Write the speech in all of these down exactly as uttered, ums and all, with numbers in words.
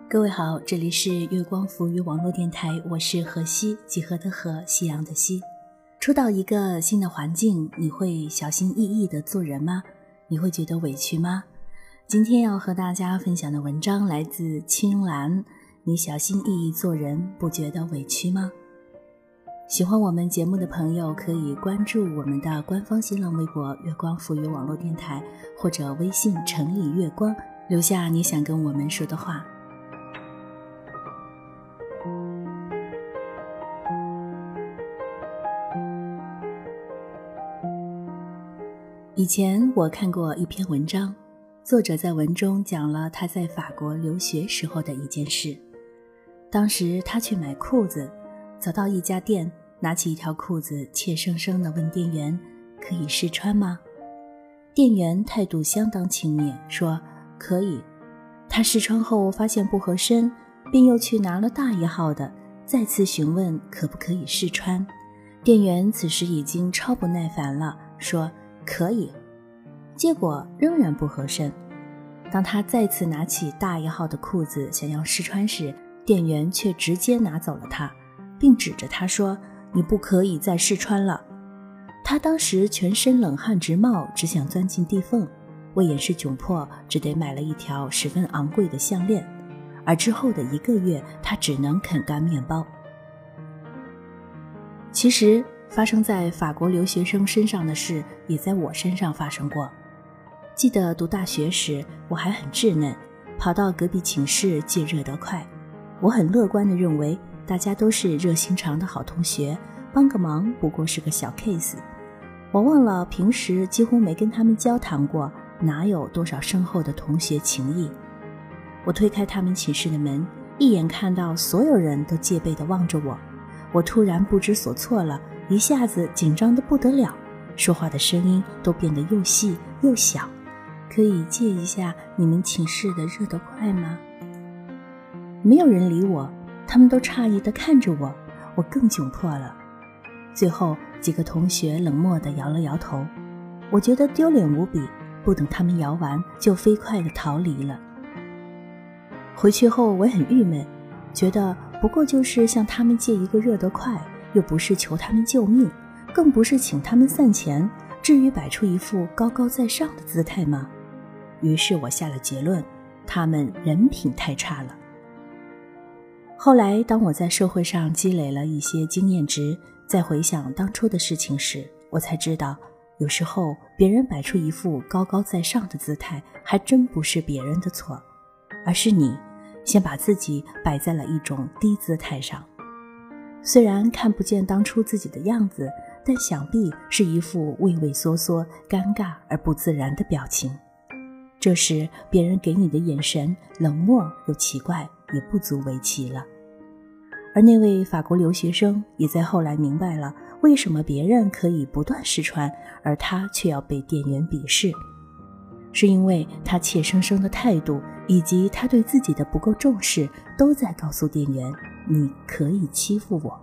各位好，这里是月光浮语网络电台，我是荷西，几何的荷，夕阳的夕。初到一个新的环境，你会小心翼翼地做人吗？你会觉得委屈吗？今天要和大家分享的文章来自青兰，你小心翼翼做人，不觉得委屈吗？喜欢我们节目的朋友可以关注我们的官方新浪微博月光浮语网络电台，或者微信城里月光，留下你想跟我们说的话。以前我看过一篇文章，作者在文中讲了他在法国留学时候的一件事。当时他去买裤子，走到一家店，拿起一条裤子，怯生生地问店员：“可以试穿吗？”店员态度相当轻蔑，说：“可以。”他试穿后发现不合身，便又去拿了大一号的，再次询问可不可以试穿。店员此时已经超不耐烦了，说：“可以。”结果仍然不合身。当他再次拿起大一号的裤子想要试穿时，店员却直接拿走了它，并指着他说：“你不可以再试穿了。”他当时全身冷汗直冒，只想钻进地缝，为掩饰窘迫，只得买了一条十分昂贵的项链，而之后的一个月，他只能啃干面包。其实发生在法国留学生身上的事也在我身上发生过。记得读大学时，我还很稚嫩，跑到隔壁寝室借热得快。我很乐观地认为大家都是热心肠的好同学，帮个忙不过是个小 case。 我忘了平时几乎没跟他们交谈过，哪有多少深厚的同学情谊。我推开他们寝室的门，一眼看到所有人都戒备地望着我，我突然不知所措了，一下子紧张得不得了，说话的声音都变得又细又小。可以借一下你们寝室的热得快吗？没有人理我，他们都诧异地看着我，我更窘迫了。最后几个同学冷漠地摇了摇头，我觉得丢脸无比，不等他们摇完就飞快地逃离了。回去后我很郁闷，觉得不过就是向他们借一个热得快，又不是求他们救命，更不是请他们散钱，至于摆出一副高高在上的姿态吗？于是我下了结论，他们人品太差了。后来当我在社会上积累了一些经验值，再回想当初的事情时，我才知道，有时候别人摆出一副高高在上的姿态，还真不是别人的错，而是你先把自己摆在了一种低姿态上。虽然看不见当初自己的样子，但想必是一副畏畏缩缩、尴尬而不自然的表情。这时别人给你的眼神冷漠又奇怪，也不足为奇了。而那位法国留学生也在后来明白了，为什么别人可以不断试穿，而他却要被店员鄙视，是因为他怯生生的态度以及他对自己的不够重视，都在告诉店员，你可以欺负我。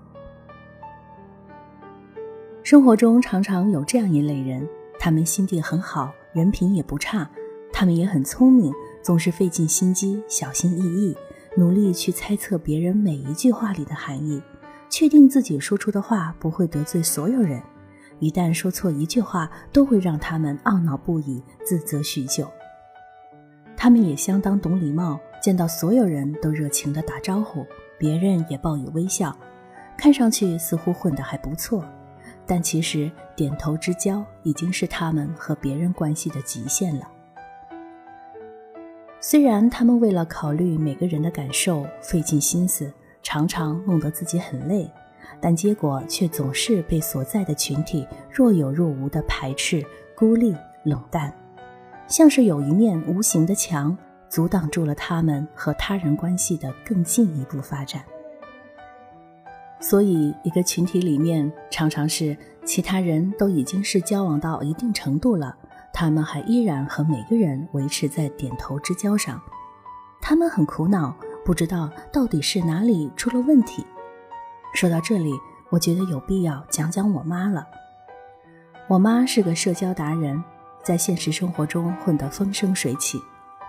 生活中常常有这样一类人，他们心地很好，人品也不差，他们也很聪明，总是费尽心机，小心翼翼，努力去猜测别人每一句话里的含义，确定自己说出的话不会得罪所有人，一旦说错一句话，都会让他们懊恼不已，自责许久。他们也相当懂礼貌，见到所有人都热情地打招呼，别人也报以微笑，看上去似乎混得还不错，但其实点头之交已经是他们和别人关系的极限了。虽然他们为了考虑每个人的感受费尽心思，常常弄得自己很累，但结果却总是被所在的群体若有若无地排斥、孤立、冷淡，像是有一面无形的墙阻挡住了他们和他人关系的更进一步发展。所以一个群体里面常常是其他人都已经是交往到一定程度了，他们还依然和每个人维持在点头之交上。他们很苦恼，不知道到底是哪里出了问题。说到这里，我觉得有必要讲讲我妈了。我妈是个社交达人，在现实生活中混得风生水起。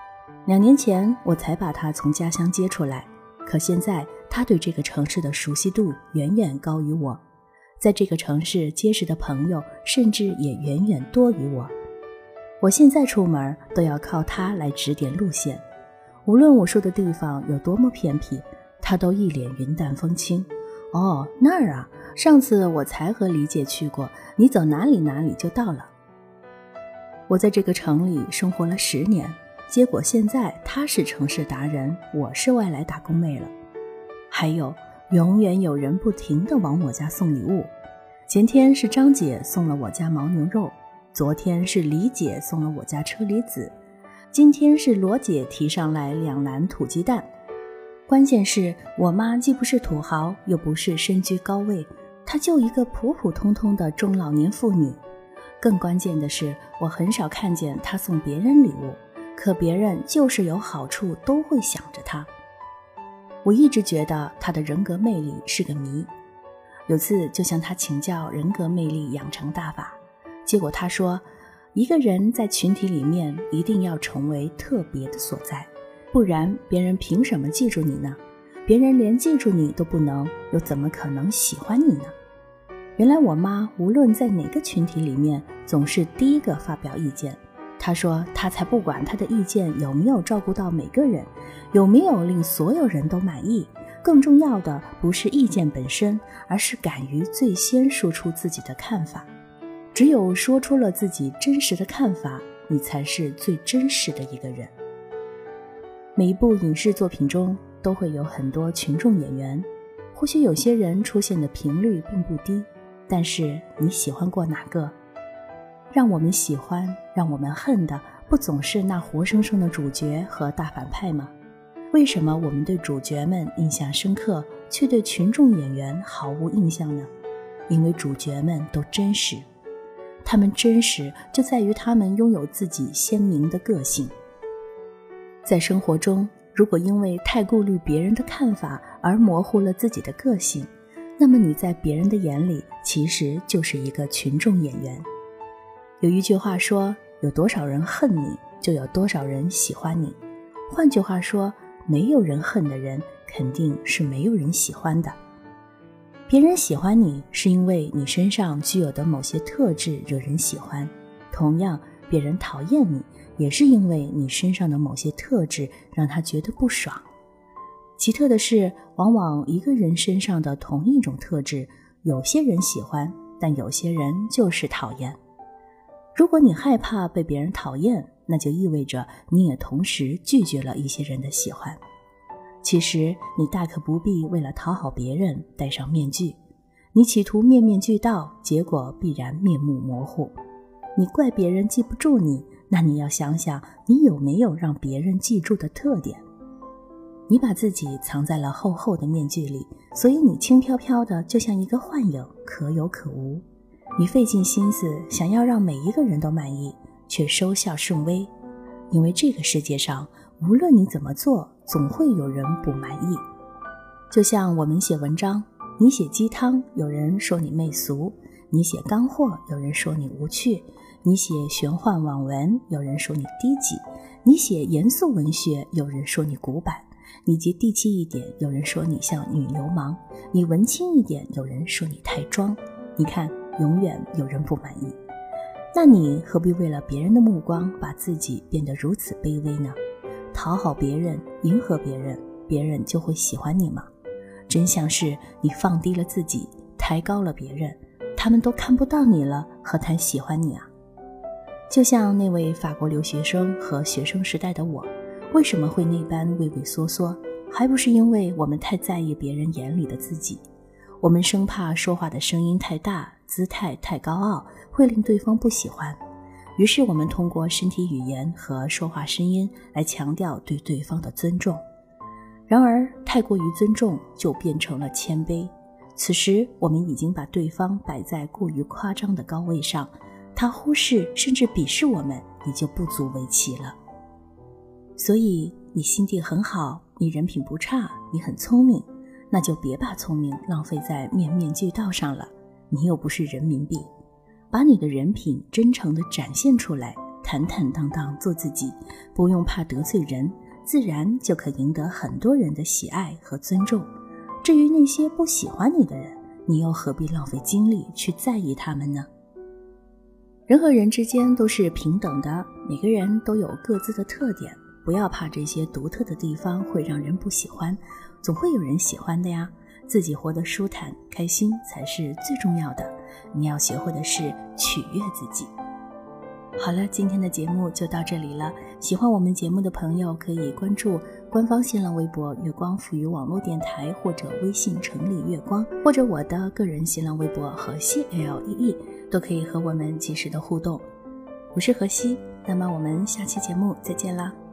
两年前我才把他从家乡接出来，可现在他对这个城市的熟悉度远远高于我，在这个城市结识的朋友甚至也远远多于我。我现在出门都要靠他来指点路线，无论我说的地方有多么偏僻，他都一脸云淡风轻。哦，那儿啊，上次我才和李姐去过，你走哪里哪里就到了。我在这个城里生活了十年，结果现在他是城市达人，我是外来打工妹了。还有，永远有人不停地往我家送礼物。前天是张姐送了我家牦牛肉，昨天是李姐送了我家车厘子，今天是罗姐提上来两篮土鸡蛋。关键是我妈既不是土豪，又不是身居高位，她就一个普普通通的中老年妇女。更关键的是，我很少看见她送别人礼物，可别人就是有好处都会想着她。我一直觉得她的人格魅力是个谜。有次就向她请教人格魅力养成大法，结果她说，一个人在群体里面一定要成为特别的所在，不然别人凭什么记住你呢？别人连记住你都不能，又怎么可能喜欢你呢？原来我妈无论在哪个群体里面，总是第一个发表意见。她说她才不管她的意见有没有照顾到每个人，有没有令所有人都满意，更重要的不是意见本身，而是敢于最先说出自己的看法。只有说出了自己真实的看法，你才是最真实的一个人。每一部影视作品中都会有很多群众演员，或许有些人出现的频率并不低，但是你喜欢过哪个？让我们喜欢，让我们恨的，不总是那活生生的主角和大反派吗？为什么我们对主角们印象深刻，却对群众演员毫无印象呢？因为主角们都真实，他们真实就在于他们拥有自己鲜明的个性。在生活中，如果因为太顾虑别人的看法而模糊了自己的个性，那么你在别人的眼里其实就是一个群众演员。有一句话说，有多少人恨你，就有多少人喜欢你。换句话说，没有人恨的人，肯定是没有人喜欢的。别人喜欢你，是因为你身上具有的某些特质惹人喜欢。同样，别人讨厌你，也是因为你身上的某些特质让他觉得不爽。奇特的是，往往一个人身上的同一种特质，有些人喜欢，但有些人就是讨厌。如果你害怕被别人讨厌，那就意味着你也同时拒绝了一些人的喜欢。其实你大可不必为了讨好别人戴上面具，你企图面面俱到，结果必然面目模糊。你怪别人记不住你，那你要想想你有没有让别人记住的特点。你把自己藏在了厚厚的面具里，所以你轻飘飘的，就像一个幻影，可有可无。你费尽心思想要让每一个人都满意，却收效甚微。因为这个世界上，无论你怎么做，总会有人不满意。就像我们写文章，你写鸡汤，有人说你媚俗；你写干货，有人说你无趣；你写玄幻网文，有人说你低级；你写严肃文学，有人说你古板；你接地气一点，有人说你像女流氓；你文青一点，有人说你太装。你看，永远有人不满意。那你何必为了别人的目光把自己变得如此卑微呢？讨好别人，迎合别人，别人就会喜欢你吗？真相是你放低了自己，抬高了别人，他们都看不到你了，何谈喜欢你啊？就像那位法国留学生和学生时代的我，为什么会那般畏畏缩缩？还不是因为我们太在意别人眼里的自己。我们生怕说话的声音太大，姿态太高傲，会令对方不喜欢。于是我们通过身体语言和说话声音来强调对对方的尊重。然而太过于尊重就变成了谦卑，此时我们已经把对方摆在过于夸张的高位上，他忽视甚至鄙视我们，也就不足为奇了。所以你心地很好，你人品不差，你很聪明，那就别把聪明浪费在面面俱到上了，你又不是人民币。把你的人品真诚地展现出来， 坦坦荡荡做自己，不用怕得罪人，自然就可赢得很多人的喜爱和尊重。至于那些不喜欢你的人，你又何必浪费精力去在意他们呢？人和人之间都是平等的，每个人都有各自的特点，不要怕这些独特的地方会让人不喜欢，总会有人喜欢的呀。自己活得舒坦开心才是最重要的，你要学会的是取悦自己。好了，今天的节目就到这里了。喜欢我们节目的朋友可以关注官方新浪微博月光赋予网络电台，或者微信城里月光，或者我的个人新浪微博荷西 L E E， 都可以和我们及时的互动。我是荷西，那么我们下期节目再见啦。